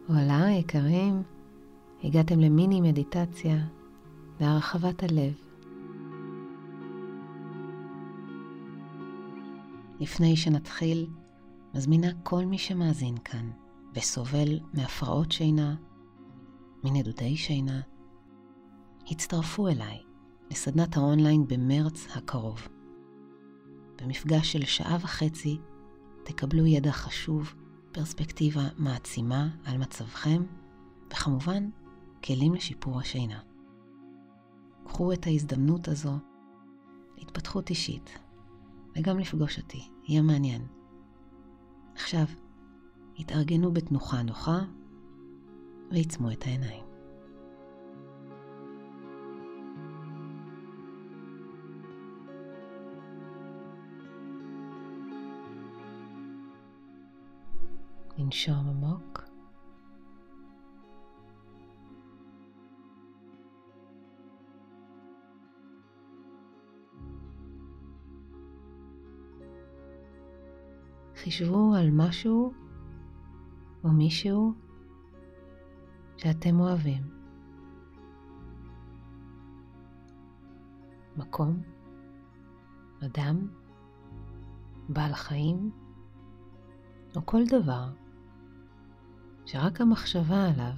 הולה יקרים, הגעתם למיני מדיטציה להרחבת הלב. לפני שנתחיל, מזמינה כל מי שמאזין כאן וסובל מהפרעות שינה, מנדודי שינה, הצטרפו אליי לסדנת האונליין במרץ הקרוב. במפגש של 1.5 שעות תקבלו ידע חשוב, פרספקטיבה מעצימה על מצבכם, וכמובן כלים לשיפור השינה. קחו את ההזדמנות הזו להתפתחות אישית, וגם לפגוש אותי, יהיה מעניין. עכשיו, התארגנו בתנוחה נוחה, ועיצמו את העיניים. לנשום עמוק. חישבו על משהו או מישהו שאתם אוהבים. מקום, אדם, בעל חיים, או כל דבר שרק המחשבה עליו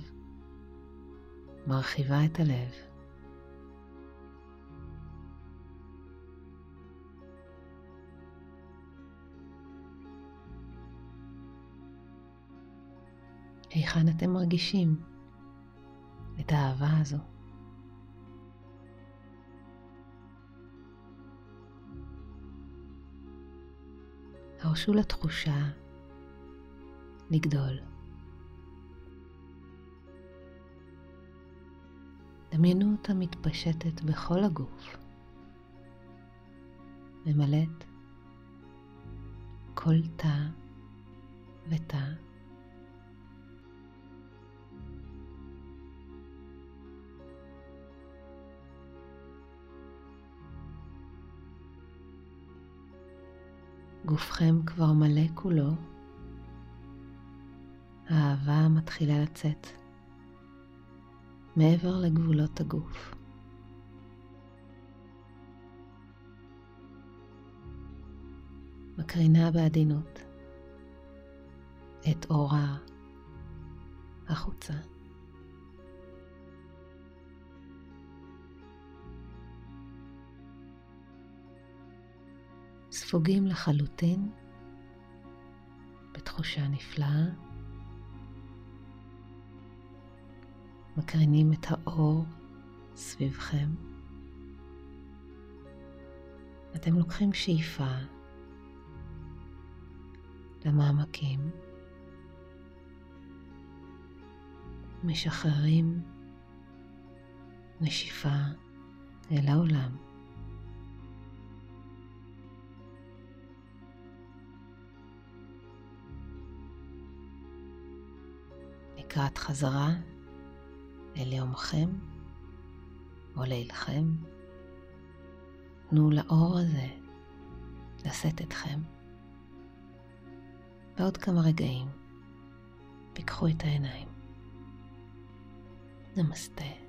מרחיבה את הלב. היכן אתם מרגישים את האהבה הזו? הרשו לתחושה לגדול. דמיינו אותה מתפשטת בכל הגוף, ממלאת כל תא ותא. גופכם כבר מלא כולו, האהבה מתחילה לצאת מעבר לגבולות הגוף. מקרינה בעדינות את אורה החוצה. ספוגים לחלוטין בתחושה נפלאה. מקרינים את האור סביבכם. אתם לוקחים שאיפה למעמקים, משחררים נשיפה אל העולם. לקראת חזרה אל יומכם או לילכם, תנו לאור הזה לשאת אתכם. בעוד כמה רגעים פיקחו את העיניים. נמסטה.